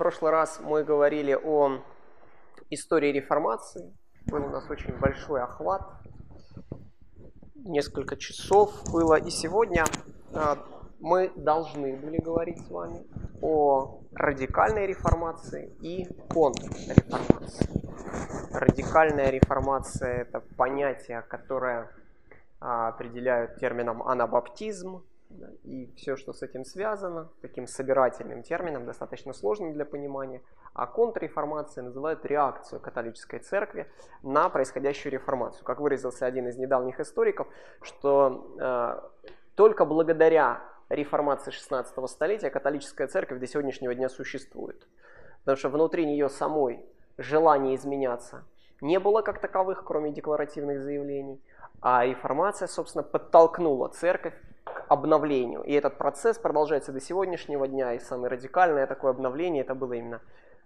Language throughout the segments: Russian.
прошлый раз мы говорили о истории реформации. Был у нас очень большой охват. Несколько часов было. И сегодня мы должны были говорить с вами о радикальной реформации и контрреформации. Радикальная реформация – это понятие, которое определяют термином анабаптизм, и все, что с этим связано, таким собирательным термином, достаточно сложным для понимания. А контрреформация называют реакцию католической церкви на происходящую реформацию. Как выразился один из недавних историков, что только благодаря реформации 16 столетия католическая церковь до сегодняшнего дня существует. Потому что внутри нее самой желания изменяться не было как таковых, кроме декларативных заявлений. А реформация, собственно, подтолкнула церковь к обновлению. И этот процесс продолжается до сегодняшнего дня. И самое радикальное такое обновление, это было именно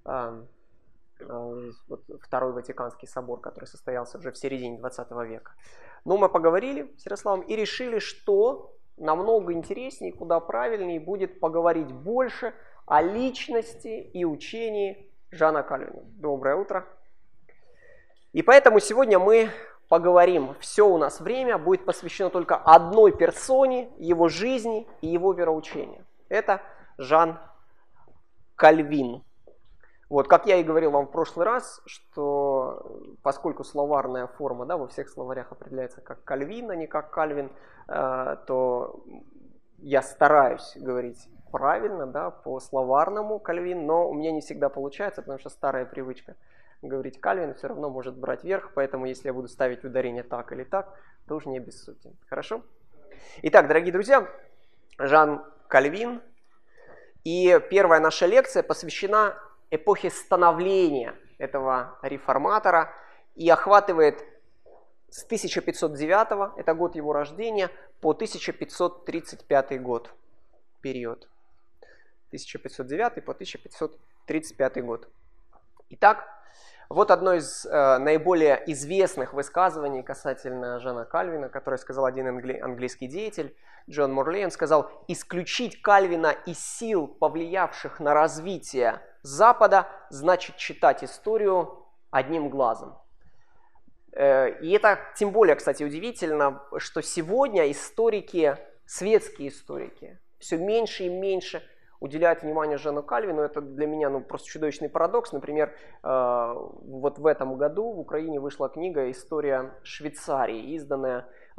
Второй Ватиканский собор, который состоялся уже в середине 20 века. Но мы поговорили с Ярославом и решили, что намного интереснее, куда правильнее будет поговорить больше о личности и учении Жана Кальвина. Доброе утро. И поэтому сегодня мы поговорим. Все у нас время будет посвящено только одной персоне, его жизни и его вероучению. Это Жан Кальвин. Вот, как я и говорил вам в прошлый раз, что поскольку словарная форма, да, во всех словарях определяется как Кальвин, а не как Кальвин, то я стараюсь говорить правильно, да, по словарному Кальвин, но у меня не всегда получается, потому что старая привычка говорить Кальвин все равно может брать верх, поэтому если я буду ставить ударение так или так, то уж не обессудьте. Хорошо? Итак, дорогие друзья, Жан Кальвин. И первая наша лекция посвящена эпохе становления этого реформатора и охватывает с 1509, это год его рождения, по 1535 год, период. 1509 по 1535 год. Итак, вот одно из наиболее известных высказываний касательно Жана Кальвина, которое сказал один английский деятель, Джон Морли. Он сказал: «Исключить Кальвина из сил, повлиявших на развитие Запада, значит читать историю одним глазом». И это тем более, кстати, удивительно, что сегодня историки, светские историки, все меньше и меньше уделяют внимание Жану Кальвину. Это для меня просто чудовищный парадокс. Например, вот в этом году в Украине вышла книга «История Швейцарии», изданная в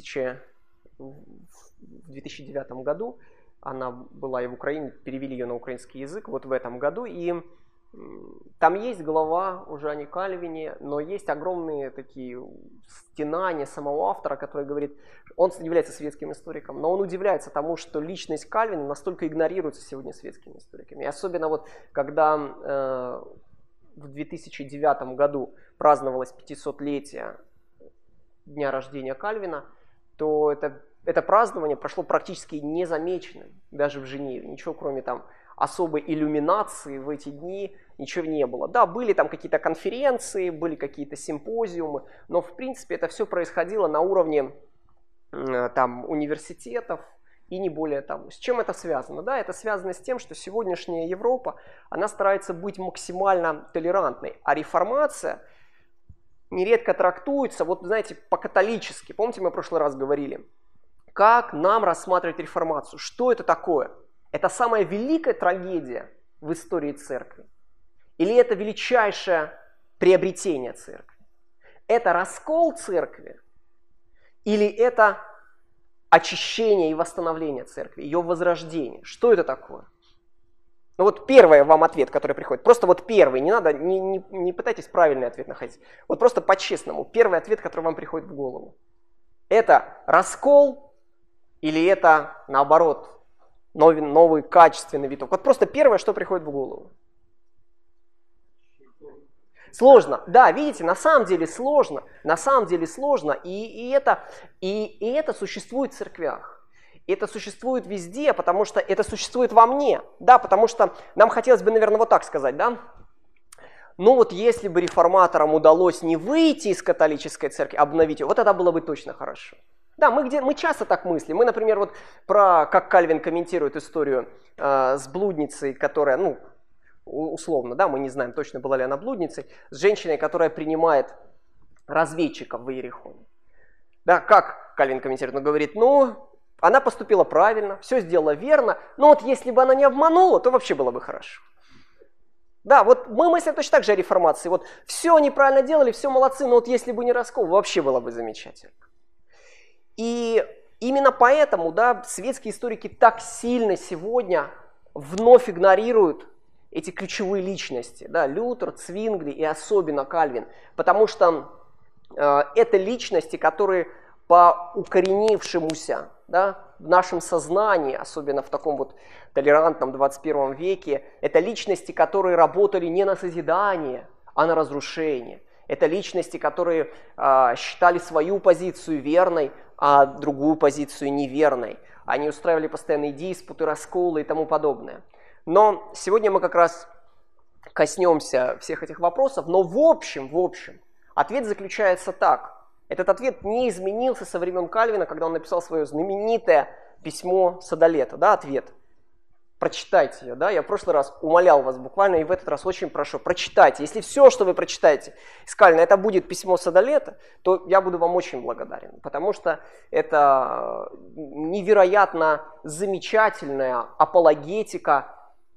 2009 году. Она была и в Украине, перевели ее на украинский язык вот в этом году. И там есть глава о Жане Кальвине, но есть огромные такие стенания самого автора, который говорит, он является светским историком, но он удивляется тому, что личность Кальвина настолько игнорируется сегодня светскими историками. И особенно вот когда в 2009 году праздновалось 500-летие дня рождения Кальвина, то это празднование прошло практически незамеченным даже в Женеве. Ничего кроме там особой иллюминации в эти дни ничего не было. Да, были там какие-то конференции, были какие-то симпозиумы, но в принципе это все происходило на уровне там университетов и не более того. С чем это связано? Да, это связано с тем, что сегодняшняя Европа, она старается быть максимально толерантной, а реформация нередко трактуется, вот знаете, по-католически. Помните, мы в прошлый раз говорили, как нам рассматривать реформацию? Что это такое? Это самая великая трагедия в истории церкви? Или это величайшее приобретение церкви? Это раскол церкви? Или это очищение и восстановление церкви, ее возрождение? Что это такое? Ну вот первый вам ответ, который приходит. Просто вот первый, не надо, не пытайтесь правильный ответ находить. Вот просто по-честному, первый ответ, который вам приходит в голову. Это раскол или это наоборот? Новый качественный виток. Вот просто первое, что приходит в голову. Сложно. Да, видите, на самом деле сложно. На самом деле сложно. И это существует в церквях. Это существует везде, потому что это существует во мне. Да, потому что нам хотелось бы, наверное, вот так сказать, да? Ну вот если бы реформаторам удалось не выйти из католической церкви, обновить ее, вот это было бы точно хорошо. Да, мы часто так мыслим. Мы, например, вот как Кальвин комментирует историю с блудницей, которая, условно, да, мы не знаем точно, была ли она блудницей, с женщиной, которая принимает разведчиков в Иерихоне. Да, как Кальвин комментирует? Он говорит, ну, она поступила правильно, все сделала верно, но вот если бы она не обманула, то вообще было бы хорошо. Да, вот мы мыслим точно так же о реформации. Вот все неправильно делали, все молодцы, но вот если бы не раскол, вообще было бы замечательно. И именно поэтому, да, светские историки так сильно сегодня вновь игнорируют эти ключевые личности, да, Лютер, Цвингли и особенно Кальвин, потому что это личности, которые по укоренившемуся, да, в нашем сознании, особенно в таком вот толерантном 21 веке, это личности, которые работали не на созидание, а на разрушение. Это личности, которые считали свою позицию верной, а другую позицию неверной. Они устраивали постоянные диспуты, расколы и тому подобное. Но сегодня мы как раз коснемся всех этих вопросов, но в общем, ответ заключается так. Этот ответ не изменился со времен Кальвина, когда он написал свое знаменитое письмо Садолета, да, ответ. Прочитайте ее, да, я в прошлый раз умолял вас буквально, и в этот раз очень прошу, прочитайте. Если все, что вы прочитаете из Кальвина, это будет письмо Садолета, то я буду вам очень благодарен, потому что это невероятно замечательная апологетика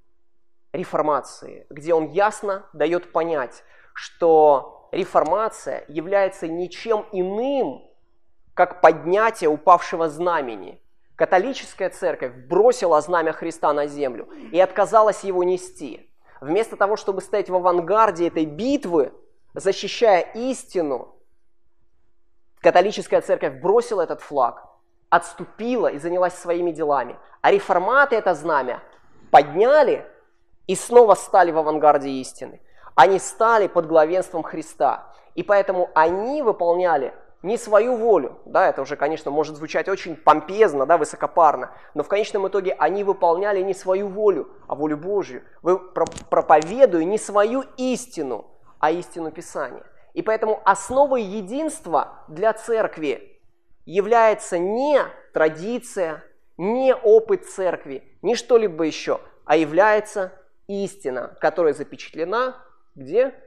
реформации, где он ясно дает понять, что реформация является ничем иным, как поднятие упавшего знамени. Католическая церковь бросила знамя Христа на землю и отказалась его нести. Вместо того, чтобы стоять в авангарде этой битвы, защищая истину, католическая церковь бросила этот флаг, отступила и занялась своими делами. А реформаты это знамя подняли и снова стали в авангарде истины. Они стали под главенством Христа. И поэтому они выполняли не свою волю. Да, это уже, конечно, может звучать очень помпезно, да, высокопарно. Но в конечном итоге они выполняли не свою волю, а волю Божью. Вы проповедуя не свою истину, а истину Писания. И поэтому основой единства для церкви является не традиция, не опыт церкви, не что-либо еще, а является истина, которая запечатлена где?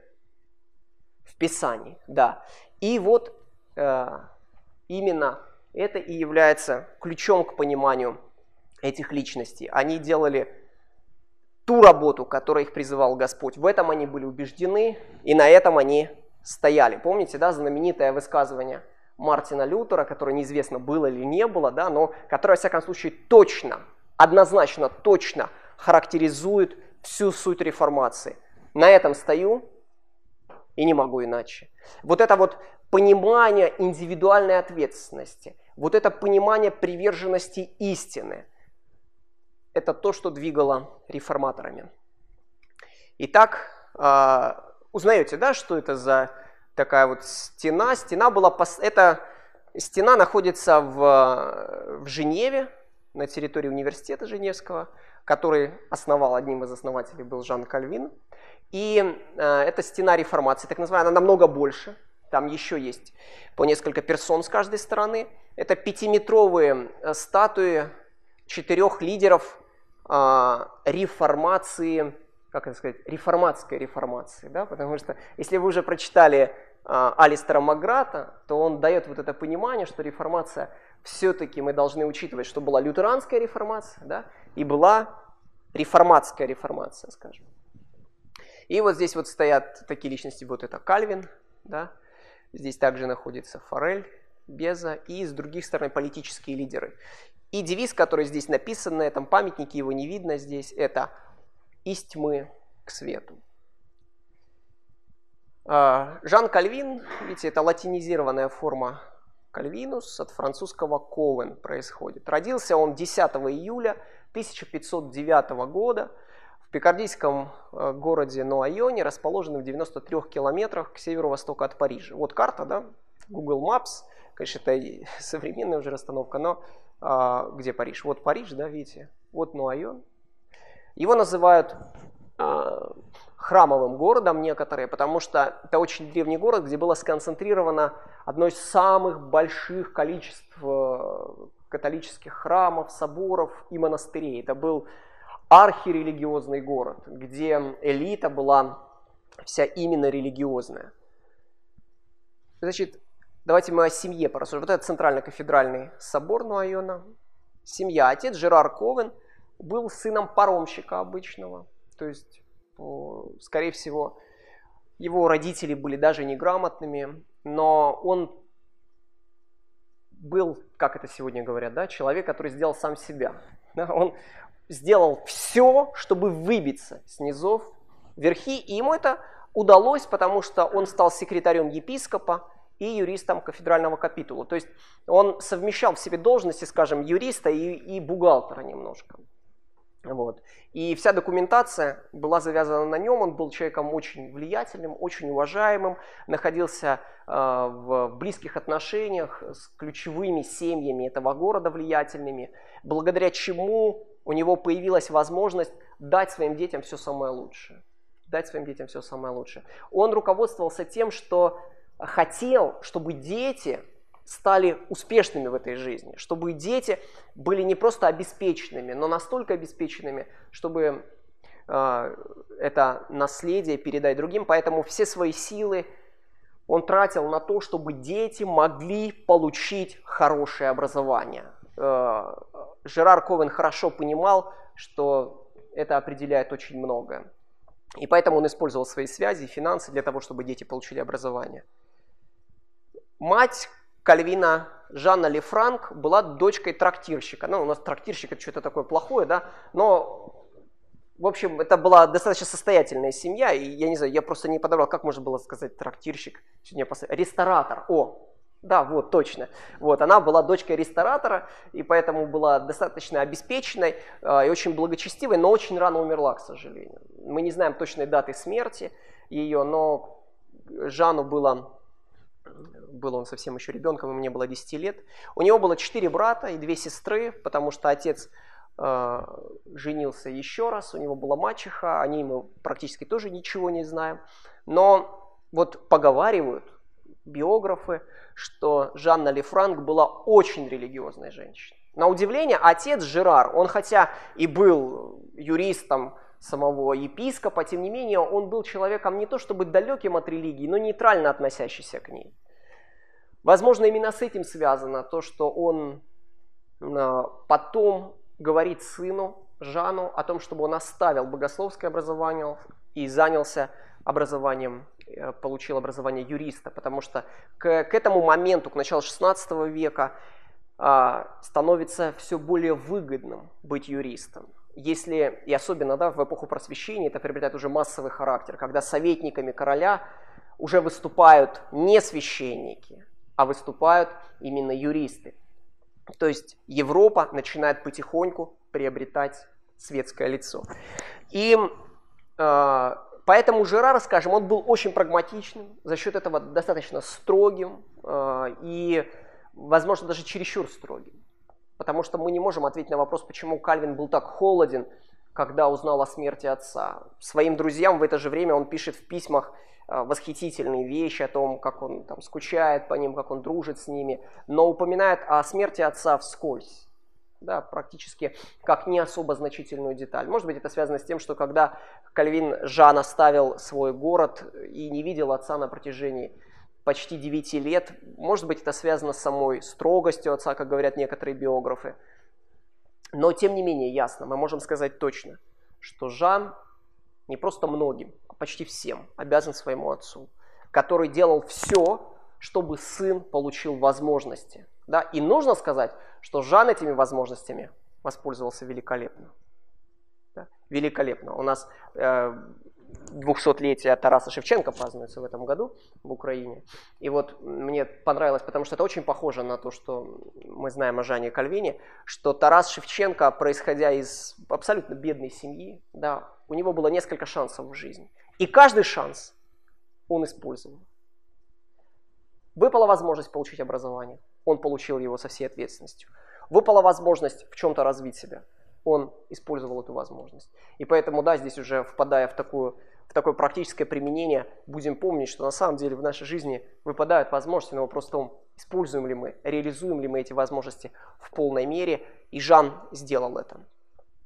В Писании, да. И вот именно это и является ключом к пониманию этих личностей. Они делали ту работу, к которой их призывал Господь. В этом они были убеждены, и на этом они стояли. Помните, да, знаменитое высказывание Мартина Лютера, которое неизвестно, было или не было, да, но которое, во всяком случае, точно, однозначно, точно характеризует всю суть реформации. На этом стою и не могу иначе. Вот это вот понимание индивидуальной ответственности, вот это понимание приверженности истины, это то, что двигало реформаторами. Итак, узнаете, да, что это за такая вот стена? Стена находится в Женеве, на территории университета Женевского, который одним из основателей был Жан Кальвин. И эта стена реформации, так называемая, она намного больше. Там еще есть по несколько персон с каждой стороны. Это 5-метровые статуи 4 лидеров реформации, как это сказать, реформатской реформации. Да? Потому что если вы уже прочитали Алистера Макграта, то он дает вот это понимание, что реформация, все-таки мы должны учитывать, что была лютеранская реформация, да, и была реформатская реформация, скажем. И вот здесь вот стоят такие личности, вот это Кальвин, да, здесь также находится Форель, Беза и с других сторон политические лидеры. И девиз, который здесь написан на этом памятнике, его не видно здесь, это «Из тьмы к свету». Жан Кальвин, видите, это латинизированная форма Кальвинус, от французского «ковен» происходит. Родился он 10 июля 1509 года в пикардийском городе Нуайоне, расположенном в 93 километрах к северо-востоку от Парижа. Вот карта, да, Google Maps, конечно, это современная уже расстановка, но где Париж? Вот Париж, да, видите, вот Нуайон. Его называют храмовым городом некоторые, потому что это очень древний город, где было сконцентрировано одно из самых больших количеств католических храмов, соборов и монастырей. Это был архирелигиозный город, где элита была вся именно религиозная. Значит, давайте мы о семье порассуждаем. Вот это центральный кафедральный собор Нуайона. Семья. Отец Жерар Ковен был сыном паромщика обычного. То есть, скорее всего, его родители были даже неграмотными, но он был, как это сегодня говорят, да, человек, который сделал сам себя. Да, он сделал все, чтобы выбиться с низов вверхи, и ему это удалось, потому что он стал секретарем епископа и юристом кафедрального капитула. То есть он совмещал в себе должности, скажем, юриста и бухгалтера немножко. Вот. И вся документация была завязана на нем, он был человеком очень влиятельным, очень уважаемым, находился в близких отношениях с ключевыми семьями этого города влиятельными, благодаря чему у него появилась возможность дать своим детям все самое лучшее. Дать своим детям все самое лучшее. Он руководствовался тем, что хотел, чтобы дети стали успешными в этой жизни, чтобы дети были не просто обеспеченными, но настолько обеспеченными, чтобы это наследие передать другим. Поэтому все свои силы он тратил на то, чтобы дети могли получить хорошее образование. Жерар Ковен хорошо понимал, что это определяет очень многое. И поэтому он использовал свои связи и финансы для того, чтобы дети получили образование. Мать Кальвина, Жанна Лефранк, была дочкой трактирщика. Ну, у нас трактирщик — это что-то такое плохое, да, но, в общем, это была достаточно состоятельная семья, и я не знаю, я просто не подобрал, как можно было сказать трактирщик, ресторатор, да, вот, точно. Вот, она была дочкой ресторатора, и поэтому была достаточно обеспеченной и очень благочестивой, но очень рано умерла, к сожалению. Мы не знаем точной даты смерти ее, но Жанну был он совсем еще ребенком, ему не было 10 лет. У него было 4 брата и 2 сестры, потому что отец женился еще раз, у него была мачеха, о ней мы практически тоже ничего не знаем. Но вот поговаривают биографы, что Жанна Лефранк была очень религиозной женщиной. На удивление, отец Жерар, он хотя и был юристом самого епископа, тем не менее, он был человеком не то чтобы далеким от религии, но нейтрально относящийся к ней. Возможно, именно с этим связано то, что он потом говорит сыну Жану о том, чтобы он оставил богословское образование и занялся образованием, получил образование юриста, потому что к этому моменту, к началу XVI века, становится все более выгодным быть юристом. Если, и особенно в эпоху Просвещения, это приобретает уже массовый характер, когда советниками короля уже выступают не священники, а выступают именно юристы. То есть Европа начинает потихоньку приобретать светское лицо. И поэтому Жерар, скажем, он был очень прагматичным, за счет этого достаточно строгим и, возможно, даже чересчур строгим. Потому что мы не можем ответить на вопрос, почему Кальвин был так холоден, когда узнал о смерти отца. Своим друзьям в это же время он пишет в письмах восхитительные вещи о том, как он там скучает по ним, как он дружит с ними, но упоминает о смерти отца вскользь, да, практически как не особо значительную деталь. Может быть, это связано с тем, что когда Кальвин Жан оставил свой город и не видел отца на протяжении почти 9 лет, может быть, это связано с самой строгостью отца, как говорят некоторые биографы. Но, тем не менее, ясно, мы можем сказать точно, что Жан не просто многим, а почти всем обязан своему отцу, который делал все, чтобы сын получил возможности. Да? И нужно сказать, что Жан этими возможностями воспользовался великолепно. Да? Великолепно. У нас 200-летие Тараса Шевченко празднуется в этом году в Украине. И вот мне понравилось, потому что это очень похоже на то, что мы знаем о Жане Кальвине, что Тарас Шевченко, происходя из абсолютно бедной семьи, да, у него было несколько шансов в жизни. И каждый шанс он использовал. Выпала возможность получить образование, он получил его со всей ответственностью. Выпала возможность в чем-то развить себя, он использовал эту возможность. И поэтому, да, здесь уже впадая в такое практическое применение, будем помнить, что на самом деле в нашей жизни выпадают возможности, но вопрос в том, используем ли мы, реализуем ли мы эти возможности в полной мере. И Жан сделал это.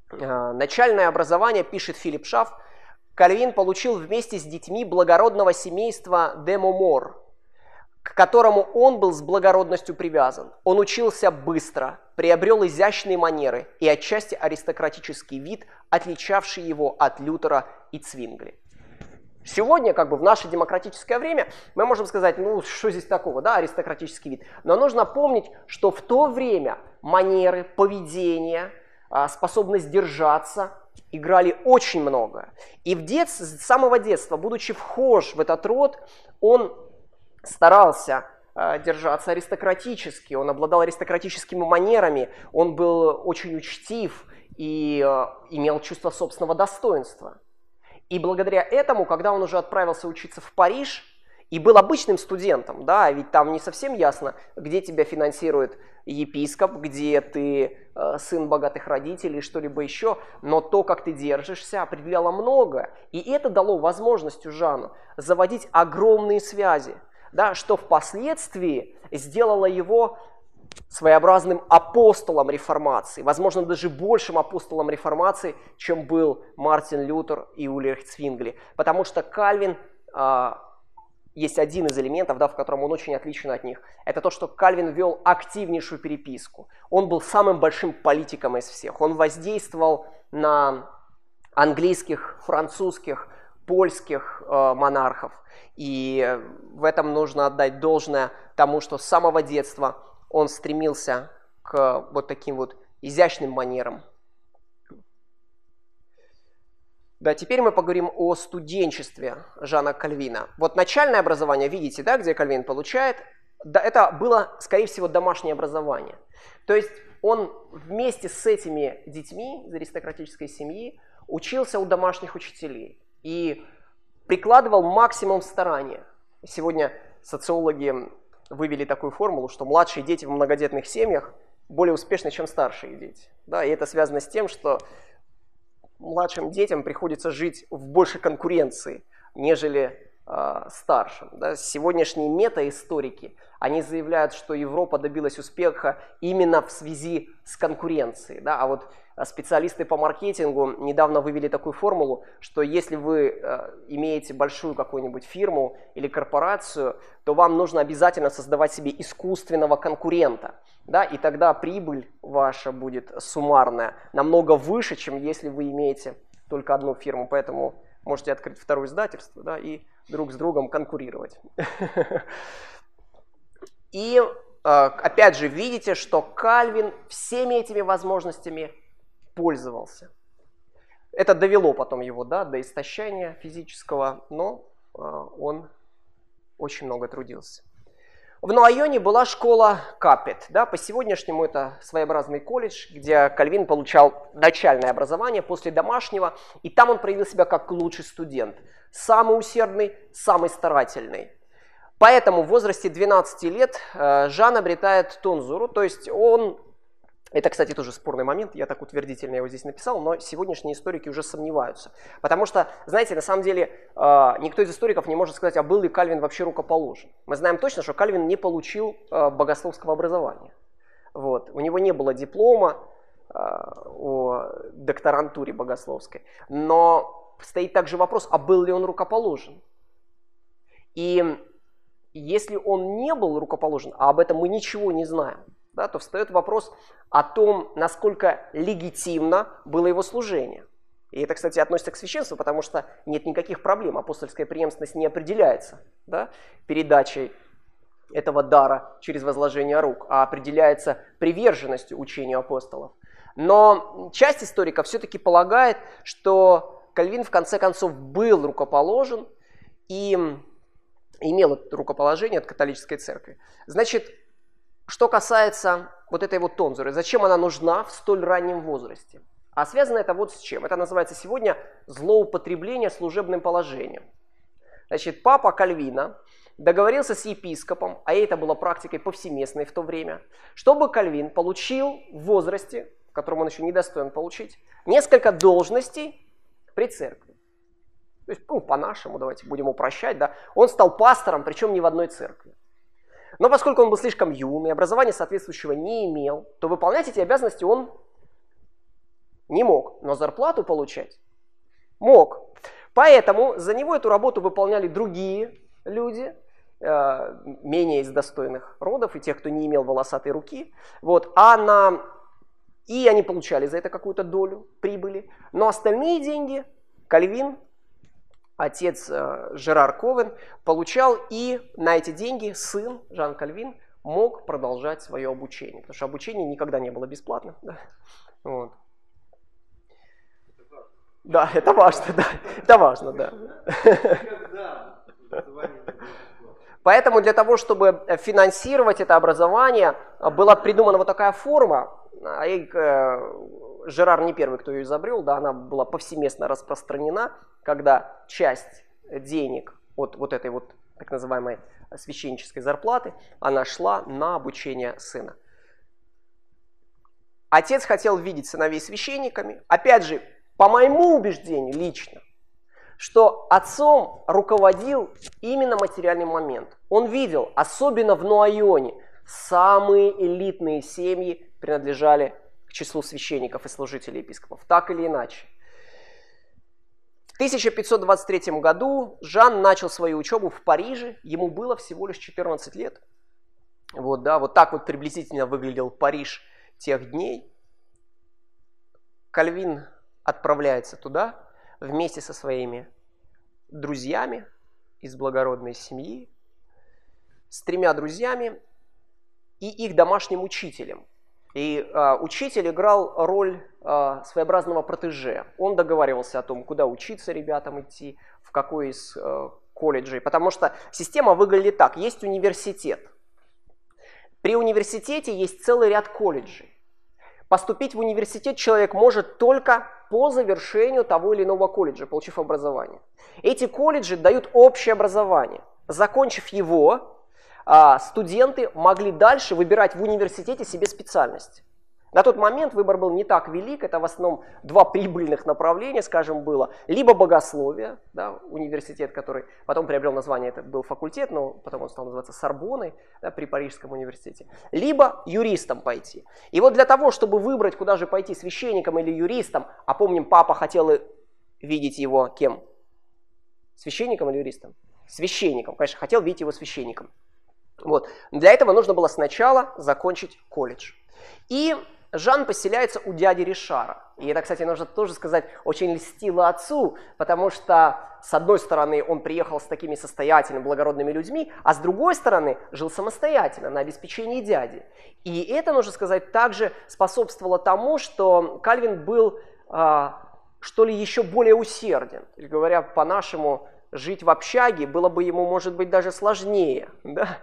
Начальное образование, пишет Филипп Шафф, Кальвин получил вместе с детьми благородного семейства де Момор, к которому он был с благородностью привязан. Он учился быстро, приобрел изящные манеры и отчасти аристократический вид, отличавший его от Лютера и Цвингли. Сегодня, как бы в наше демократическое время, мы можем сказать, ну что здесь такого, да, аристократический вид. Но нужно помнить, что в то время манеры, поведение, способность держаться играли очень много. И с самого детства, будучи вхож в этот род, он старался держаться аристократически, он обладал аристократическими манерами, он был очень учтив и имел чувство собственного достоинства. И благодаря этому, когда он уже отправился учиться в Париж и был обычным студентом, да, ведь там не совсем ясно, где тебя финансирует епископ, где ты сын богатых родителей, что-либо еще, но то, как ты держишься, определяло многое. И это дало возможность Жану заводить огромные связи, да, что впоследствии сделало его своеобразным апостолом реформации, возможно, даже большим апостолом реформации, чем был Мартин Лютер и Ульрих Цвингли. Потому что Кальвин, есть один из элементов, да, в котором он очень отличен от них, это то, что Кальвин вел активнейшую переписку. Он был самым большим политиком из всех. Он воздействовал на английских, французских, польских монархов. И в этом нужно отдать должное тому, что с самого детства он стремился к вот таким вот изящным манерам. Да, теперь мы поговорим о студенчестве Жана Кальвина. Вот начальное образование, видите, да, где Кальвин получает, да, это было, скорее всего, домашнее образование. То есть он вместе с этими детьми из аристократической семьи учился у домашних учителей и прикладывал максимум старания. Сегодня социологи вывели такую формулу, что младшие дети в многодетных семьях более успешны, чем старшие дети. Да, и это связано с тем, что младшим детям приходится жить в большей конкуренции, нежели старшим. Да. Сегодняшние метаисторики, они заявляют, что Европа добилась успеха именно в связи с конкуренцией. Да. А вот специалисты по маркетингу недавно вывели такую формулу, что если вы имеете большую какую-нибудь фирму или корпорацию, то вам нужно обязательно создавать себе искусственного конкурента. Да, и тогда прибыль ваша будет суммарная намного выше, чем если вы имеете только одну фирму. Поэтому можете открыть второе издательство, да, и друг с другом конкурировать. И опять же видите, что Кальвин всеми этими возможностями пользовался. Это довело потом его, да, до истощения физического, но он очень много трудился. В Нуайоне была школа Капет. Да, по-сегодняшнему это своеобразный колледж, где Кальвин получал начальное образование после домашнего, и там он проявил себя как лучший студент. Самый усердный, самый старательный. Поэтому в возрасте 12 лет Жан обретает тонзуру, то есть он... Это, кстати, тоже спорный момент, я так утвердительно его здесь написал, но сегодняшние историки уже сомневаются. Потому что, знаете, на самом деле никто из историков не может сказать, а был ли Кальвин вообще рукоположен. Мы знаем точно, что Кальвин не получил богословского образования. Вот. У него не было диплома о докторантуре богословской. Но стоит также вопрос, а был ли он рукоположен? И если он не был рукоположен, а об этом мы ничего не знаем, да, то встает вопрос о том, насколько легитимно было его служение. И это, кстати, относится к священству, потому что нет никаких проблем. Апостольская преемственность не определяется, да, передачей этого дара через возложение рук, а определяется приверженностью учению апостолов. Но часть историков все-таки полагает, что Кальвин в конце концов был рукоположен и имел это рукоположение от католической церкви. Значит, что касается вот этой вот тонзуры, зачем она нужна в столь раннем возрасте? А связано это вот с чем? Это называется сегодня злоупотребление служебным положением. Значит, папа Кальвина договорился с епископом, а это было практикой повсеместной в то время, чтобы Кальвин получил в возрасте, в котором он еще не достоин получить, несколько должностей при церкви. То есть, ну, по-нашему, давайте будем упрощать, да, он стал пастором, причем не в одной церкви. Но поскольку он был слишком юный, образования соответствующего не имел, то выполнять эти обязанности он Не мог, но зарплату получать мог. Поэтому за него эту работу выполняли другие люди, менее из достойных родов и тех, кто не имел волосатой руки. Вот. И они получали за это какую-то долю прибыли. Но остальные деньги Кальвин, отец Жерар Ковен, получал, и на эти деньги сын Жан Кальвин мог продолжать свое обучение. Потому что обучение никогда не было бесплатным. Да? Вот. Да, это важно, да. Это важно, да. Поэтому для того, чтобы финансировать это образование, была придумана вот такая форма. Жерар не первый, кто ее изобрел, да, она была повсеместно распространена, когда часть денег от вот этой вот так называемой священнической зарплаты, она шла на обучение сына. Отец хотел видеть сыновей священниками. Опять же, по моему убеждению лично, что отцом руководил именно материальный момент. Он видел, особенно в Нуайоне, самые элитные семьи принадлежали к числу священников и служителей епископов, так или иначе. В 1523 году Жан начал свою учебу в Париже, ему было всего лишь 14 лет. Вот, да, вот так вот приблизительно выглядел Париж тех дней. Кальвин отправляется туда вместе со своими друзьями из благородной семьи, с 3 друзьями и их домашним учителем. И учитель играл роль своеобразного протеже. Он договаривался о том, куда учиться ребятам идти, в какой из колледжей. Потому что система выглядит так. Есть университет. При университете есть целый ряд колледжей. Поступить в университет человек может только по завершению того или иного колледжа, получив образование. Эти колледжи дают общее образование. Закончив его, студенты могли дальше выбирать в университете себе специальность. На тот момент выбор был не так велик, это в основном 2 прибыльных направления, скажем, было. Либо богословие, да, университет, который потом приобрел название, это был факультет, но потом он стал называться Сорбонной, да, при Парижском университете. Либо юристом пойти. И вот для того, чтобы выбрать, куда же пойти, священником или юристом, а помним, папа хотел видеть его кем? Священником или юристом? Священником, конечно, хотел видеть его священником. Вот. Для этого нужно было сначала закончить колледж. И Жан поселяется у дяди Ришара. И это, кстати, нужно тоже сказать, очень льстило отцу, потому что, с одной стороны, он приехал с такими состоятельными, благородными людьми, а с другой стороны, жил самостоятельно, на обеспечении дяди. И это, нужно сказать, также способствовало тому, что Кальвин был, что ли, еще более усерден. Говоря по-нашему, жить в общаге было бы ему, может быть, даже сложнее. Да?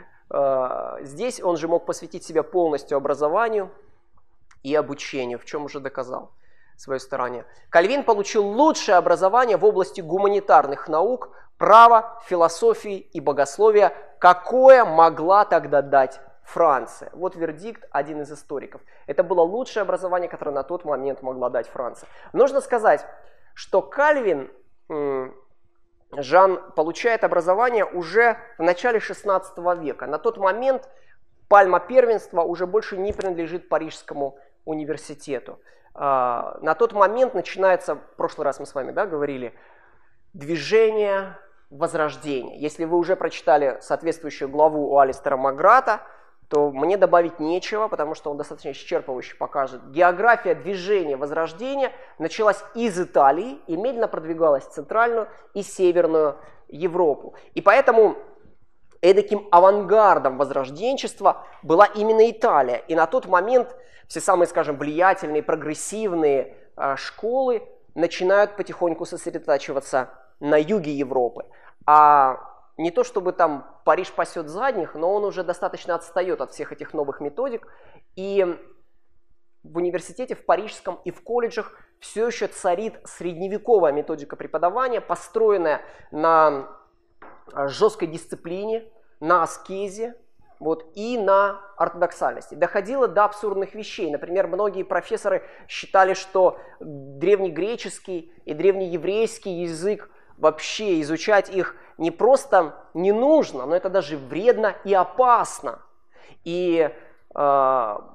Здесь он же мог посвятить себя полностью образованию и обучению, в чем уже доказал свое старание. Кальвин получил лучшее образование в области гуманитарных наук, права, философии и богословия, какое могла тогда дать Франция. Вот вердикт один из историков. Это было лучшее образование, которое на тот момент могла дать Франция. Нужно сказать, что Кальвин, Жан, получает образование уже в начале 16 века. На тот момент пальма первенства уже больше не принадлежит Парижскому университету. На тот момент начинается, в прошлый раз мы с вами, да, говорили, движение возрождения. Если вы уже прочитали соответствующую главу у Алистера Маграта, то мне добавить нечего, потому что он достаточно исчерпывающе покажет. География движения возрождения началась из Италии и медленно продвигалась в Центральную и Северную Европу. И поэтому эдаким авангардом возрожденчества была именно Италия. И на тот момент все самые, скажем, влиятельные, прогрессивные школы начинают потихоньку сосредотачиваться на юге Европы. А не то чтобы там Париж пасет задних, но он уже достаточно отстает от всех этих новых методик. И в университете, в парижском и в колледжах все еще царит средневековая методика преподавания, построенная на жесткой дисциплине, на аскезе, вот, и на ортодоксальности. Доходило до абсурдных вещей. Например, многие профессоры считали, что древнегреческий и древнееврейский язык, вообще изучать их не просто не нужно, но это даже вредно и опасно. И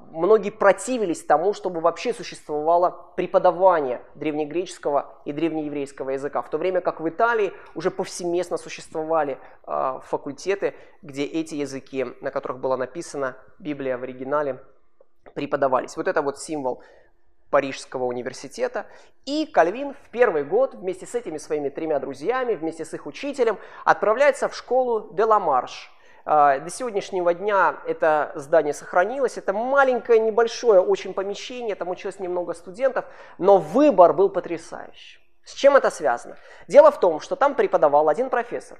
многие противились тому, чтобы вообще существовало преподавание древнегреческого и древнееврейского языка, в то время как в Италии уже повсеместно существовали факультеты, где эти языки, на которых была написана Библия в оригинале, преподавались. Вот это вот символ Парижского университета. И Кальвин в первый год вместе с этими своими 3 друзьями, вместе с их учителем, отправляется в школу де ла Марш. До сегодняшнего дня это здание сохранилось. Это маленькое, небольшое очень помещение, там училось немного студентов, но выбор был потрясающий. С чем это связано? Дело в том, что там преподавал один профессор.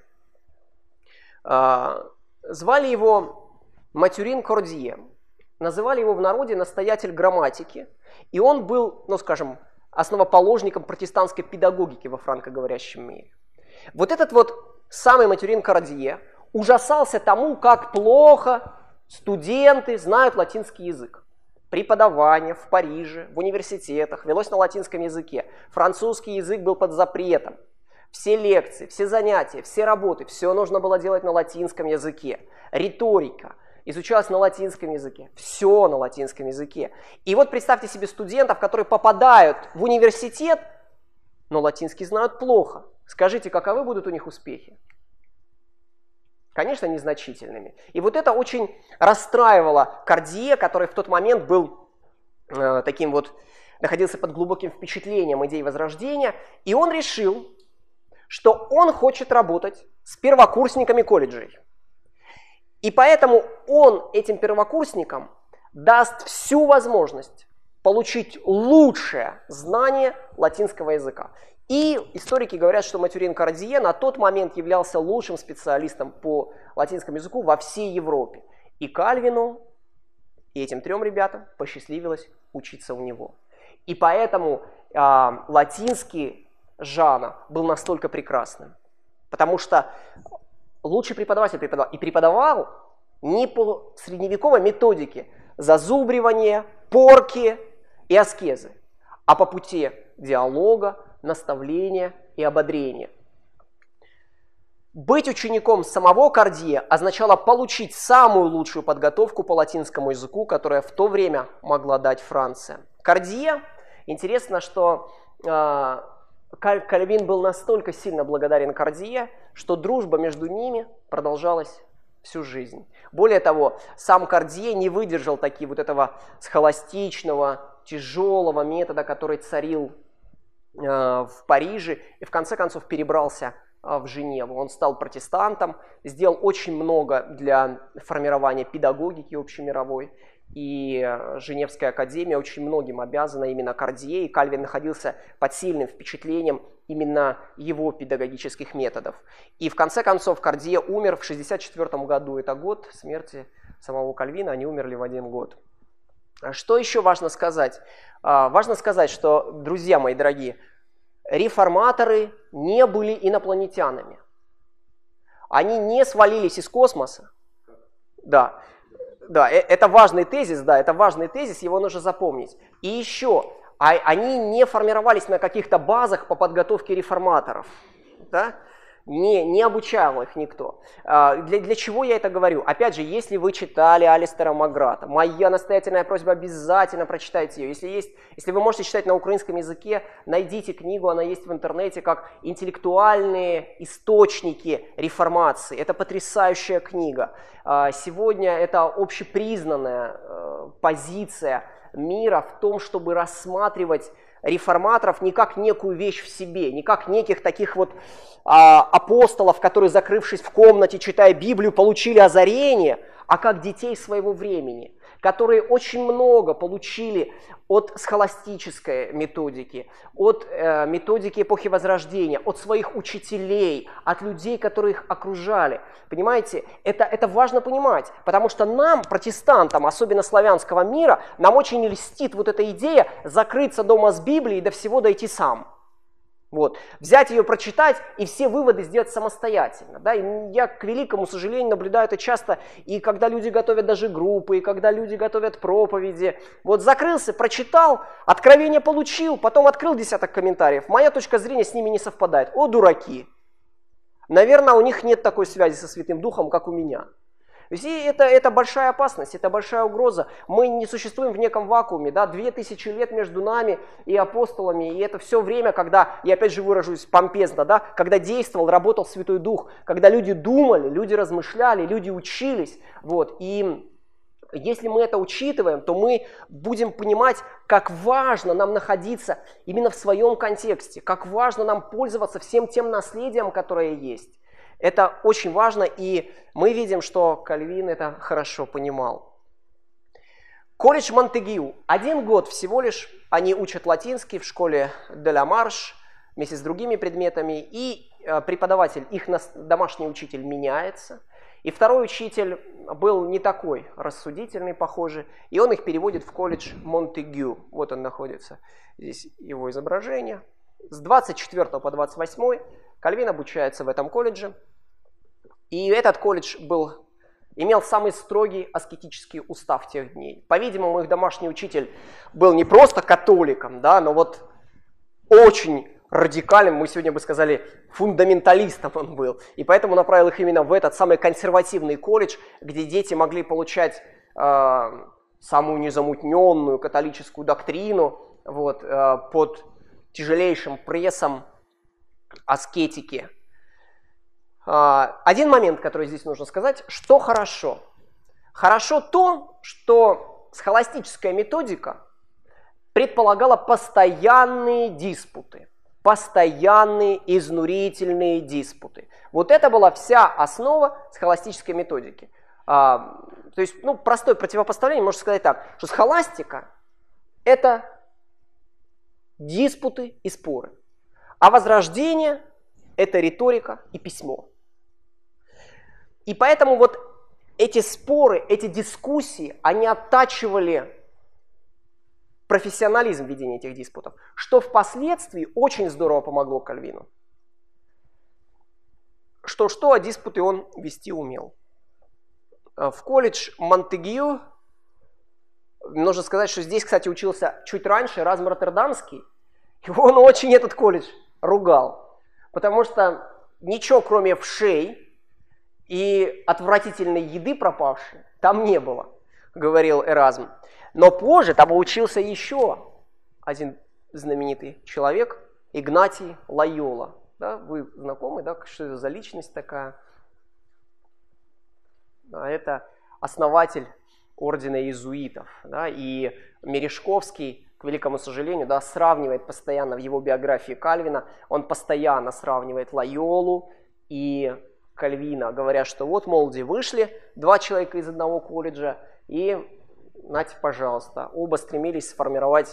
Звали его Матюрин Кордье. Называли его в народе настоятель грамматики. И он был, ну скажем, основоположником протестантской педагогики во франкоговорящем мире. Вот этот вот самый Матюрин Кордье ужасался тому, как плохо студенты знают латинский язык. Преподавание в Париже, в университетах велось на латинском языке. Французский язык был под запретом. Все лекции, все занятия, все работы, все нужно было делать на латинском языке. Риторика изучалась на латинском языке. Все на латинском языке. И вот представьте себе студентов, которые попадают в университет, но латинский знают плохо. Скажите, каковы будут у них успехи? Конечно, незначительными. И вот это очень расстраивало Кордье, который в тот момент был таким вот, находился под глубоким впечатлением идей Возрождения, и он решил, что он хочет работать с первокурсниками колледжей. И поэтому он этим первокурсникам даст всю возможность получить лучшее знание латинского языка. И историки говорят, что Матюрин Кордье на тот момент являлся лучшим специалистом по латинскому языку во всей Европе. И Кальвину, и этим 3 ребятам посчастливилось учиться у него. И поэтому латинский Жана был настолько прекрасным. Потому что лучший преподаватель преподавал. И преподавал не по средневековой методике зазубривания, порки и аскезы, а по пути диалога, наставления и ободрения. Быть учеником самого Кордье означало получить самую лучшую подготовку по латинскому языку, которая в то время могла дать Франция. Кордье, интересно, что Кальвин был настолько сильно благодарен Кордье, что дружба между ними продолжалась всю жизнь. Более того, сам Кордье не выдержал таки вот этого схоластичного, тяжелого метода, который царил в Париже, и в конце концов перебрался в Женеву. Он стал протестантом, сделал очень много для формирования педагогики общемировой, и Женевская академия очень многим обязана именно Кордье, и Кальвин находился под сильным впечатлением именно его педагогических методов. И в конце концов Кордье умер в 1964 году, это год смерти самого Кальвина, они умерли в один год. Что еще важно сказать? Важно сказать, что, друзья мои дорогие, реформаторы не были инопланетянами. Они не свалились из космоса. Да, это важный тезис, его нужно запомнить. И еще, они не формировались на каких-то базах по подготовке реформаторов. Да? Не обучал их никто. Для чего я это говорю? Опять же, если вы читали Алистера Маграта, моя настоятельная просьба, обязательно прочитайте ее. Если вы можете читать на украинском языке, найдите книгу, она есть в интернете, как «Интеллектуальные источники реформации». Это потрясающая книга. Сегодня это общепризнанная позиция мира в том, чтобы рассматривать реформаторов не как некую вещь в себе, не как неких таких вот апостолов, которые, закрывшись в комнате, читая Библию, получили озарение, а как детей своего времени, которые очень много получили от схоластической методики, от методики эпохи Возрождения, от своих учителей, от людей, которые их окружали. Понимаете, это важно понимать, потому что нам, протестантам, особенно славянского мира, нам очень льстит вот эта идея закрыться дома с Библией и до всего дойти сам. Вот. Взять ее, прочитать и все выводы сделать самостоятельно. Да? И я, к великому сожалению, наблюдаю это часто, и когда люди готовят даже группы, и когда люди готовят проповеди. Вот закрылся, прочитал, откровение получил, потом открыл десяток комментариев. Моя точка зрения с ними не совпадает. О, дураки! Наверное, у них нет такой связи со Святым Духом, как у меня. То есть это большая опасность, это большая угроза. Мы не существуем в неком вакууме, да, 2000 лет между нами и апостолами, и это все время, когда, я опять же выражусь помпезно, да, когда действовал, работал Святой Дух, когда люди думали, люди размышляли, люди учились, вот, и если мы это учитываем, то мы будем понимать, как важно нам находиться именно в своем контексте, как важно нам пользоваться всем тем наследием, которое есть. Это очень важно, и мы видим, что Кальвин это хорошо понимал. Колледж Монтегю. 1 год всего лишь они учат латинский в школе де ла Марш вместе с другими предметами, и преподаватель, их домашний учитель меняется, и второй учитель был не такой рассудительный, похоже, и он их переводит в колледж Монтегю. Вот он находится, здесь его изображение. С 24 по 28 Кальвин обучается в этом колледже. И этот колледж имел самый строгий аскетический устав тех дней. По-видимому, их домашний учитель был не просто католиком, да, но вот очень радикальным, мы сегодня бы сказали, фундаменталистом он был. И поэтому направил их именно в этот самый консервативный колледж, где дети могли получать самую незамутненную католическую доктрину вот, под тяжелейшим прессом аскетики. Один момент, который здесь нужно сказать, что хорошо. Хорошо то, что схоластическая методика предполагала постоянные диспуты, постоянные изнурительные диспуты. Вот это была вся основа схоластической методики. То есть, простое противопоставление, можно сказать так, что схоластика – это диспуты и споры, а возрождение – это риторика и письмо. И поэтому вот эти споры, эти дискуссии, они оттачивали профессионализм ведения этих диспутов, что впоследствии очень здорово помогло Кальвину. Что, а диспуты он вести умел. В колледж Монтегю, нужно сказать, что здесь, кстати, учился чуть раньше Эразм Роттердамский, и он очень этот колледж ругал, потому что ничего, кроме вшей и отвратительной еды пропавшей, там не было, говорил Эразм. Но позже там учился еще один знаменитый человек, Игнатий Лойола. Да, вы знакомы, да, что это за личность такая? Это основатель ордена иезуитов. Да, и Мережковский, к великому сожалению, да, сравнивает постоянно в его биографии Кальвина, он постоянно сравнивает Лойолу и Кальвина, говоря, что вот, молоди, вышли 2 человека из одного колледжа, и, нате, пожалуйста, оба стремились сформировать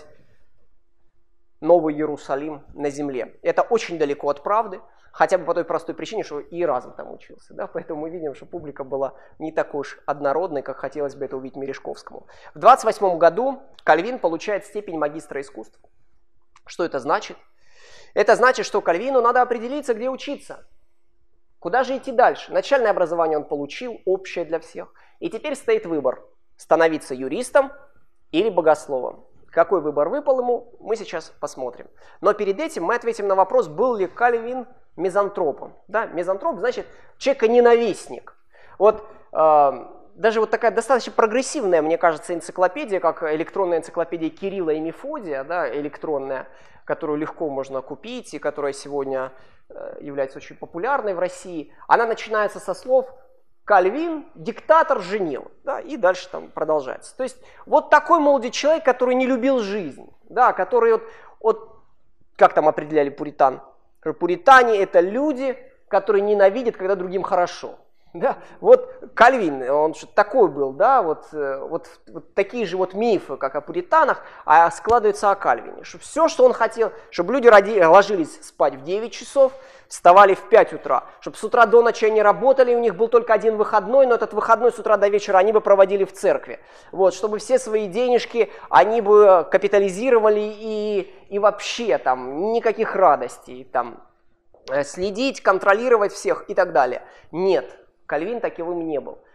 Новый Иерусалим на земле. Это очень далеко от правды, хотя бы по той простой причине, что и Эразм там учился. Да? Поэтому мы видим, что публика была не такой уж однородной, как хотелось бы это увидеть Мережковскому. В 28 году Кальвин получает степень магистра искусств. Что это значит? Это значит, что Кальвину надо определиться, где учиться. Куда же идти дальше? Начальное образование он получил, общее для всех. И теперь стоит выбор – становиться юристом или богословом. Какой выбор выпал ему, мы сейчас посмотрим. Но перед этим мы ответим на вопрос, был ли Кальвин мизантропом. Да? Мизантроп значит человека-ненавистник. Вот даже вот такая достаточно прогрессивная, мне кажется, энциклопедия, как электронная энциклопедия Кирилла и Мефодия, да, электронная, которую легко можно купить и которая сегодня является очень популярной в России, она начинается со слов «Кальвин, диктатор, женил», да, и дальше там продолжается. То есть вот такой молодой человек, который не любил жизнь, да, который вот как там определяли пуритан? Пуритане – это люди, которые ненавидят, когда другим хорошо. Да? Вот Кальвин, он что-то такой был, да, вот такие же вот мифы, как о пуританах, а складываются о Кальвине. Что все, что он хотел, чтобы люди ложились спать в 9 часов, вставали в 5 утра, чтобы с утра до ночи они работали, у них был только один выходной, но этот выходной с утра до вечера они бы проводили в церкви. Вот, чтобы все свои денежки они бы капитализировали и вообще там никаких радостей, там следить, контролировать всех и так далее. Нет. Кальвин таковым не был.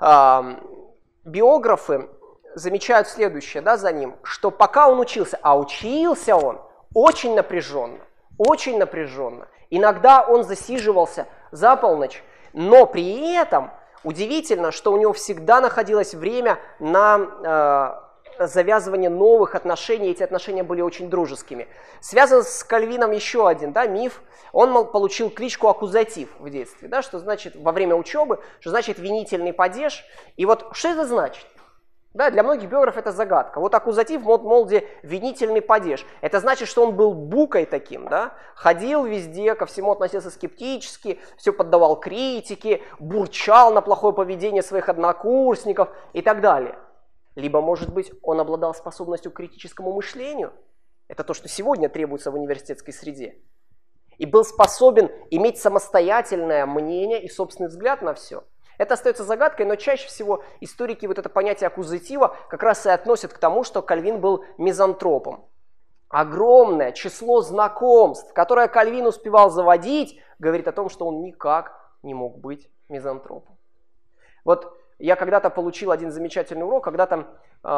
Биографы замечают следующее, да, за ним, что пока он учился, а учился он очень напряженно, иногда он засиживался за полночь, но при этом Удивительно, что у него всегда находилось время на завязывание новых отношений, эти отношения были очень дружескими. Связан с Кальвином еще один, да, миф. Он, мол, получил кличку аккузатив в детстве, да, что значит во время учебы, что значит винительный падеж. И вот что это значит? Да, для многих биографов это загадка. Вот аккузатив, мол, где винительный падеж. Это значит, что он был букой таким, да, ходил везде, ко всему относился скептически, все поддавал критике, бурчал на плохое поведение своих однокурсников и так далее. Либо, может быть, он обладал способностью к критическому мышлению. Это то, что сегодня требуется в университетской среде. И был способен иметь самостоятельное мнение и собственный взгляд на все. Это остается загадкой, но чаще всего историки вот это понятие аккузатива как раз и относят к тому, что Кальвин был мизантропом. Огромное число знакомств, которое Кальвин успевал заводить, говорит о том, что он никак не мог быть мизантропом. Вот я когда-то получил один замечательный урок, когда-то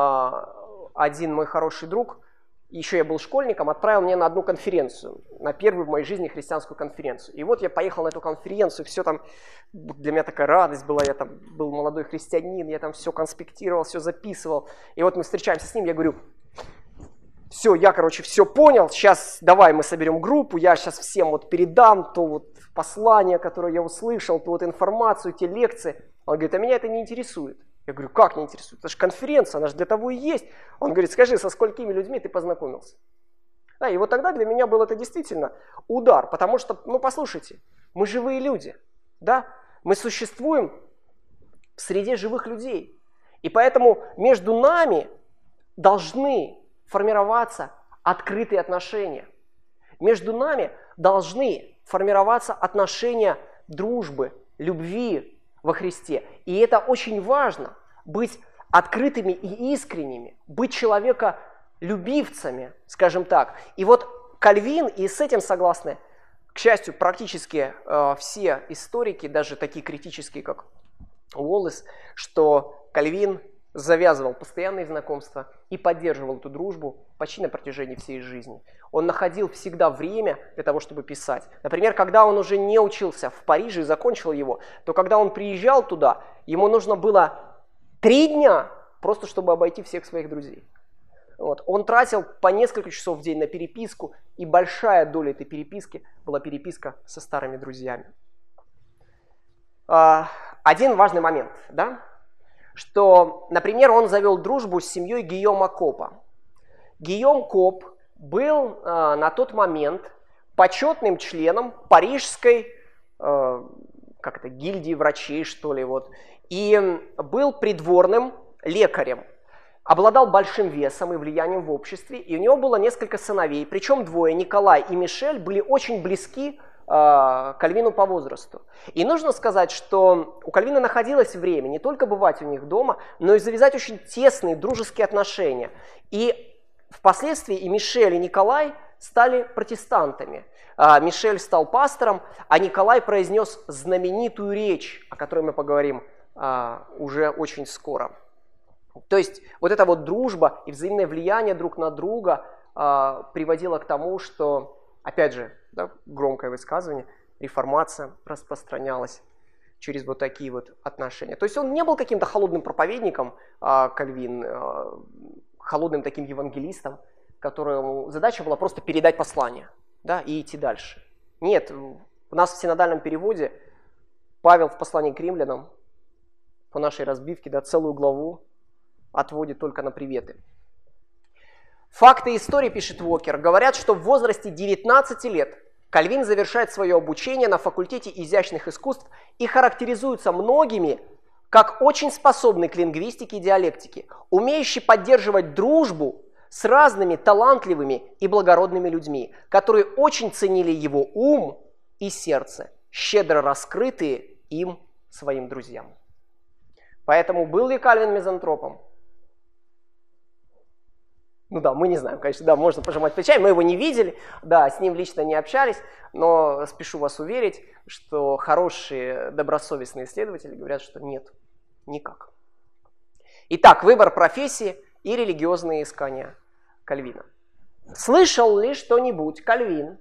один мой хороший друг, еще я был школьником, отправил меня на одну конференцию, на первую в моей жизни христианскую конференцию. И вот я поехал на эту конференцию, все там, для меня такая радость была, я там был молодой христианин, я там все конспектировал, все записывал. И вот мы встречаемся с ним, я говорю, все, я, короче, все понял, сейчас давай мы соберем группу, я сейчас всем вот передам то вот послание, которое я услышал, ту вот информацию, те лекции. Он говорит, а меня это не интересует. Я говорю, как не интересует? Это же конференция, она же для того и есть. Он говорит, скажи, со сколькими людьми ты познакомился? Да, и вот тогда для меня был это действительно удар, потому что, ну послушайте, мы живые люди, да? Мы существуем в среде живых людей. И поэтому между нами должны формироваться открытые отношения. Между нами должны формироваться отношения дружбы, любви во Христе. И это очень важно, быть открытыми и искренними, быть человеколюбивцами, скажем так. И вот Кальвин, и с этим согласны, к счастью, практически все историки, даже такие критические, как Уоллес, что Кальвин завязывал постоянные знакомства и поддерживал эту дружбу почти на протяжении всей жизни. Он находил всегда время для того, чтобы писать. Например, когда он уже не учился в Париже и закончил его, то когда он приезжал туда, ему нужно было 3 дня просто, чтобы обойти всех своих друзей. Вот. Он тратил по несколько часов в день на переписку, и большая доля этой переписки была переписка со старыми друзьями. Один важный момент, да? Что, например, он завел дружбу с семьей Гийома Копа. Гийом Коп был на тот момент почетным членом парижской гильдии врачей, что ли, вот, и был придворным лекарем, обладал большим весом и влиянием в обществе, и у него было несколько сыновей, причем 2, Николай и Мишель, были очень близки Кальвину по возрасту. И нужно сказать, что у Кальвина находилось время не только бывать у них дома, но и завязать очень тесные дружеские отношения. И впоследствии и Мишель, и Николай стали протестантами. Мишель стал пастором, а Николай произнес знаменитую речь, о которой мы поговорим уже очень скоро. То есть вот эта вот дружба и взаимное влияние друг на друга приводило к тому, что, опять же, да, громкое высказывание, реформация распространялась через вот такие вот отношения. То есть он не был каким-то холодным проповедником, Кальвин, холодным таким евангелистом, которому задача была просто передать послание, да, и идти дальше. Нет, у нас в синодальном переводе Павел в послании к римлянам по нашей разбивке, да, целую главу отводит только на приветы. Факты истории, пишет Уокер, говорят, что в возрасте 19 лет Кальвин завершает свое обучение на факультете изящных искусств и характеризуется многими как очень способный к лингвистике и диалектике, умеющий поддерживать дружбу с разными талантливыми и благородными людьми, которые очень ценили его ум и сердце, щедро раскрытые им своим друзьям. Поэтому был ли Кальвин мизантропом? Ну да, мы не знаем, конечно, да, можно пожимать плечами, мы его не видели, да, с ним лично не общались, но спешу вас уверить, что хорошие, добросовестные исследователи говорят, что нет, никак. Итак, выбор профессии и религиозные искания Кальвина. Слышал ли что-нибудь Кальвин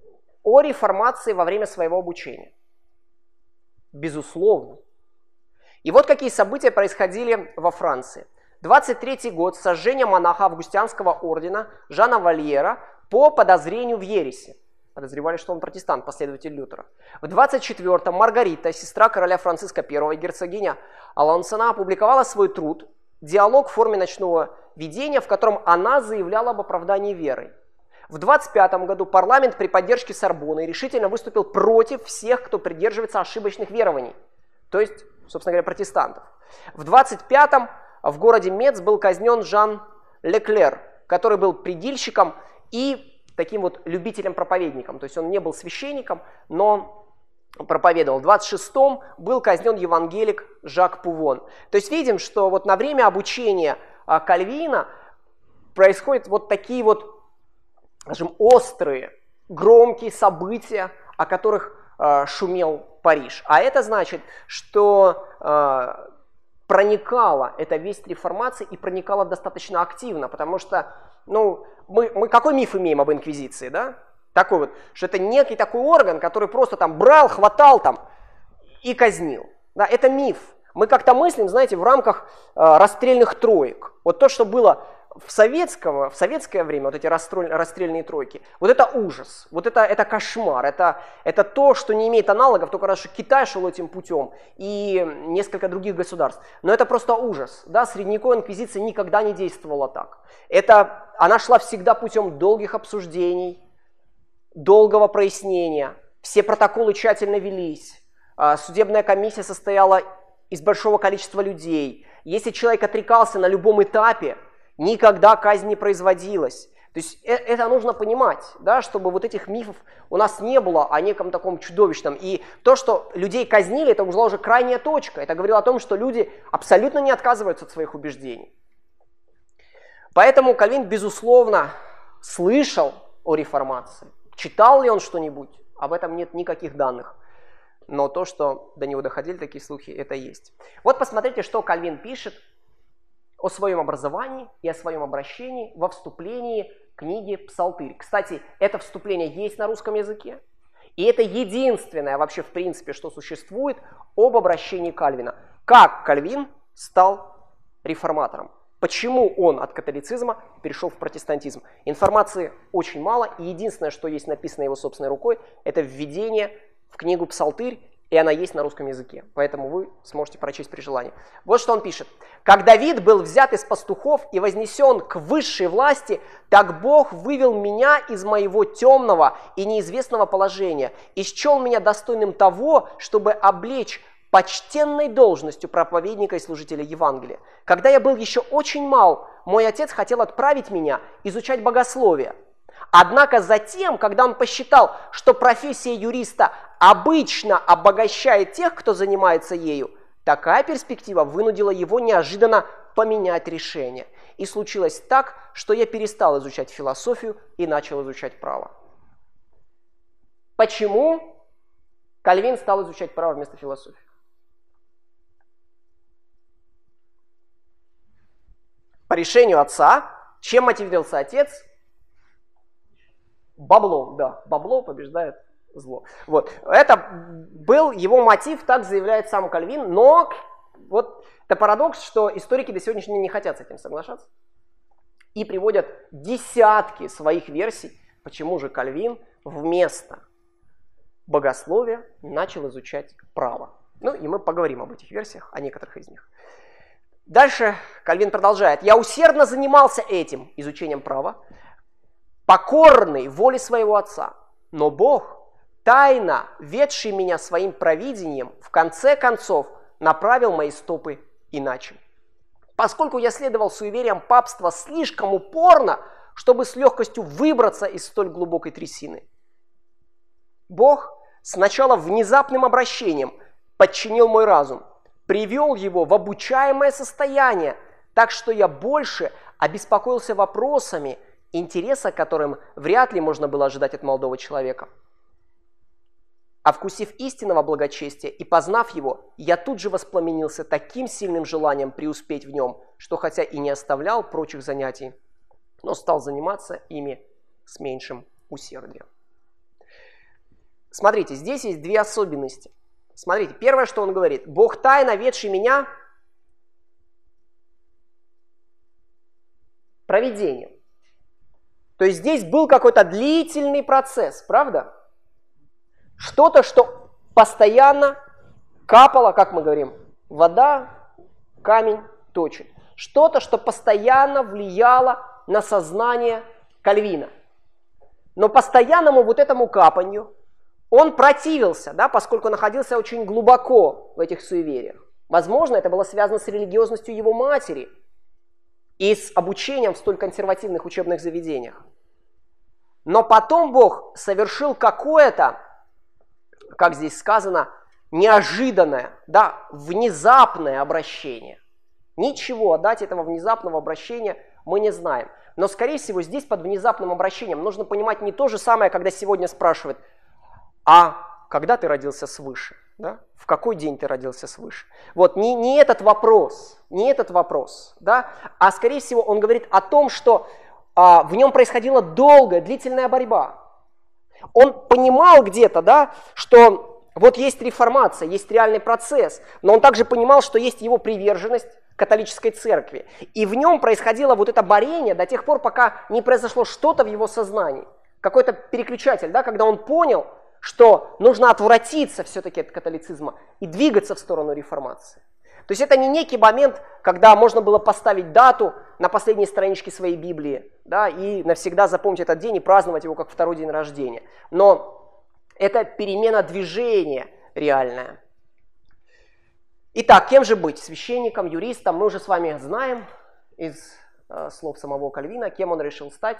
о реформации во время своего обучения? Безусловно. И вот какие события происходили во Франции. 23-й год, сожжение монаха Августианского ордена Жана Вальера по подозрению в ереси. Подозревали, что он протестант, последователь Лютера. В 24-м Маргарита, сестра короля Франциска I, герцогиня Алансона, опубликовала свой труд «Диалог в форме ночного видения», в котором она заявляла об оправдании верой. В 25 году парламент при поддержке Сорбонны решительно выступил против всех, кто придерживается ошибочных верований, то есть, собственно говоря, протестантов. В 25-м в городе Мец был казнен Жан Леклер, который был предильщиком и таким вот любителем-проповедником. То есть он не был священником, но проповедовал. В 26-м был казнен евангелик Жак Пувон. То есть видим, что вот на время обучения Кальвина происходят вот такие вот, скажем, острые, громкие события, о которых шумел Париж. А это значит, что проникала эта весть реформации и проникала достаточно активно, потому что, ну, мы какой миф имеем об инквизиции, да? Такой вот, что это некий такой орган, который просто там брал, хватал там и казнил. Да, это миф. Мы как-то мыслим, знаете, в рамках расстрельных троек. Вот то, что было в советское время, вот эти расстрельные тройки, вот это ужас, вот это кошмар, это то, что не имеет аналогов, только раз, что Китай шел этим путем и несколько других государств. Но это просто ужас. Да? Средневековая инквизиция никогда не действовала так. Она шла всегда путем долгих обсуждений, долгого прояснения, все протоколы тщательно велись, судебная комиссия состояла из большого количества людей. Если человек отрекался на любом этапе, никогда казнь не производилась. То есть это нужно понимать, да, чтобы вот этих мифов у нас не было о неком таком чудовищном. И то, что людей казнили, это была уже крайняя точка. Это говорило о том, что люди абсолютно не отказываются от своих убеждений. Поэтому Кальвин, безусловно, слышал о реформации. Читал ли он что-нибудь? Об этом нет никаких данных. Но то, что до него доходили такие слухи, это есть. Вот посмотрите, что Кальвин пишет о своем образовании и о своем обращении во вступлении книги «Псалтырь». Кстати, это вступление есть на русском языке, и это единственное вообще в принципе, что существует об обращении Кальвина. Как Кальвин стал реформатором? Почему он от католицизма перешел в протестантизм? Информации очень мало, и единственное, что есть написано его собственной рукой, это введение в книгу «Псалтырь», и она есть на русском языке, поэтому вы сможете прочесть при желании. Вот что он пишет. «Как Давид был взят из пастухов и вознесен к высшей власти, так Бог вывел меня из моего темного и неизвестного положения и счел меня достойным того, чтобы облечь почтенной должностью проповедника и служителя Евангелия. Когда я был еще очень мал, мой отец хотел отправить меня изучать богословие. Однако затем, когда он посчитал, что профессия юриста обычно обогащает тех, кто занимается ею, такая перспектива вынудила его неожиданно поменять решение. И случилось так, что я перестал изучать философию и начал изучать право». Почему Кальвин стал изучать право вместо философии? По решению отца. Чем мотивировался отец? Баблом, да. Бабло побеждает зло. Вот. Это был его мотив, так заявляет сам Кальвин, но вот это парадокс, что историки до сегодняшнего дня не хотят с этим соглашаться и приводят десятки своих версий, почему же Кальвин вместо богословия начал изучать право. Ну и мы поговорим об этих версиях, о некоторых из них. Дальше Кальвин продолжает. «Я усердно занимался этим, изучением права, покорный воле своего отца, но Бог, тайно ведший меня своим провидением, в конце концов направил мои стопы иначе. Поскольку я следовал суевериям папства слишком упорно, чтобы с легкостью выбраться из столь глубокой трясины, Бог сначала внезапным обращением подчинил мой разум, привел его в обучаемое состояние, так что я больше обеспокоился вопросами, интереса к которым вряд ли можно было ожидать от молодого человека. А вкусив истинного благочестия и познав его, я тут же воспламенился таким сильным желанием преуспеть в нем, что хотя и не оставлял прочих занятий, но стал заниматься ими с меньшим усердием». Смотрите, здесь есть две особенности Смотрите, первое, что он говорит. Бог тайно ведший меня провидением. То есть здесь был какой-то длительный процесс, правда? Что-то, что постоянно капало, как мы говорим, вода, камень точит. Что-то, что постоянно влияло на сознание Кальвина. Но постоянному вот этому капанью он противился, да, поскольку находился очень глубоко в этих суевериях. Возможно, это было связано с религиозностью его матери и с обучением в столь консервативных учебных заведениях. Но потом Бог совершил какое-то, как здесь сказано, неожиданное, да, внезапное обращение. Ничего о дате этого внезапного обращения мы не знаем. Но, скорее всего, здесь под внезапным обращением нужно понимать не то же самое, когда сегодня спрашивают, а когда ты родился свыше? Да? В какой день ты родился свыше? Вот не этот вопрос, да? А скорее всего он говорит о том, что в нем происходила долгая, длительная борьба. Он понимал где-то, да, что вот есть реформация, есть реальный процесс, но он также понимал, что есть его приверженность католической церкви. И в нем происходило вот это борение до тех пор, пока не произошло что-то в его сознании. Какой-то переключатель, да, когда он понял, что нужно отвратиться все-таки от католицизма и двигаться в сторону реформации. То есть это не некий момент, когда можно было поставить дату на последней страничке своей Библии, да, и навсегда запомнить этот день и праздновать его как второй день рождения. Но это перемена движения реальная. Итак, кем же быть? Священником, юристом? Мы уже с вами знаем из слов самого Кальвина, кем он решил стать.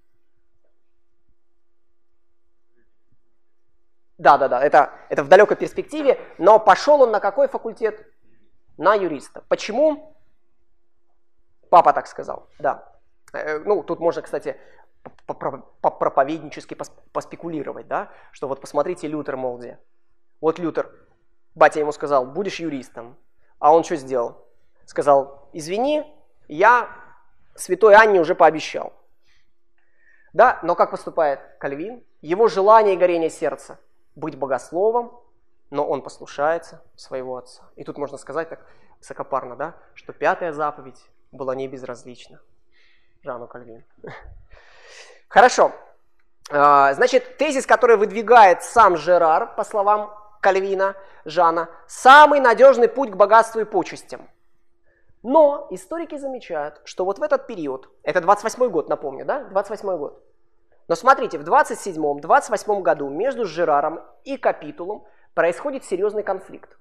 Да, это в далекой перспективе, но пошел он на какой факультет? На юриста. Почему? Папа так сказал, да. Ну, тут можно, кстати, проповеднически поспекулировать, да, что вот посмотрите, Лютер, мол, где. Вот Лютер, батя ему сказал, будешь юристом, а он что сделал? Сказал, извини, я святой Анне уже пообещал. Да, но как поступает Кальвин? Его желание и горение сердца быть богословом, но он послушается своего отца. И тут можно сказать так высокопарно, да, что 5-я заповедь была не безразлична Жану Кальвину. Хорошо. Значит, тезис, который выдвигает сам Жерар, по словам Кальвина, Жана, самый надежный путь к богатству и почестям. Но историки замечают, что вот в этот период, это 28-й год, напомню, да, 28-й год. Но смотрите, в 27-28 году между Жераром и Капитулом происходит серьезный конфликт.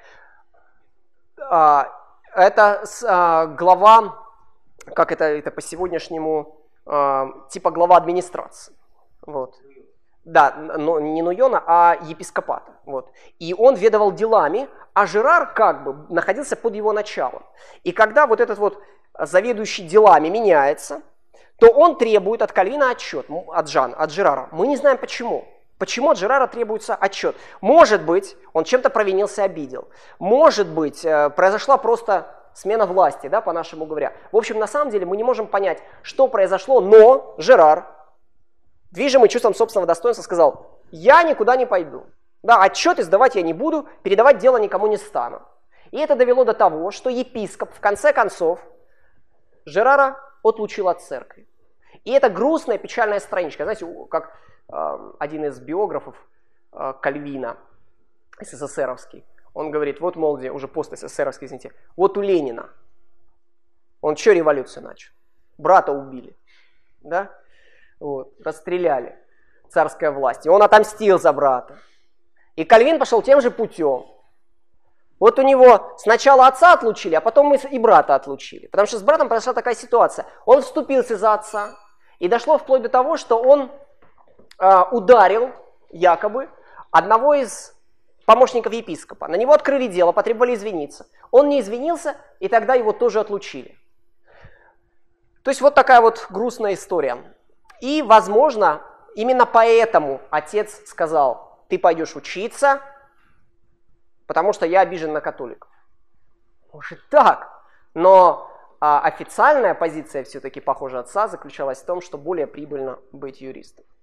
Это глава, как это по сегодняшнему, типа глава администрации. Вот. Да, но не Нуйона, а епископата. Вот. И он ведовал делами, а Жерар как бы находился под его началом. И когда вот этот вот заведующий делами меняется, то он требует от Кальвина отчет, от Жерара. Мы не знаем почему. Почему от Жерара требуется отчет? Может быть, он чем-то провинился, обидел. Может быть, произошла просто смена власти, да, по-нашему говоря. В общем, на самом деле мы не можем понять, что произошло, но Жерар, движимый чувством собственного достоинства, сказал, я никуда не пойду. Да, отчеты сдавать я не буду, передавать дело никому не стану. И это довело до того, что епископ в конце концов Жерара отлучил от церкви. И это грустная, печальная страничка. Знаете, как один из биографов Кальвина, СССРовский, он говорит, вот, мол, где, уже пост-СССРовский, извините, вот у Ленина, он что революцию начал? Брата убили, да? Вот, расстреляли, царская власть, и он отомстил за брата. И Кальвин пошел тем же путем. Вот у него сначала отца отлучили, а потом и брата отлучили. Потому что с братом произошла такая ситуация. Он вступился за отца, и дошло вплоть до того, что он ударил якобы одного из помощников епископа. На него открыли дело, потребовали извиниться. Он не извинился, и тогда его тоже отлучили. То есть вот такая вот грустная история. И, возможно, именно поэтому отец сказал, ты пойдешь учиться, потому что я обижен на католиков. Может так, но официальная позиция все-таки, похоже, отца заключалась в том, что более прибыльно быть юристом.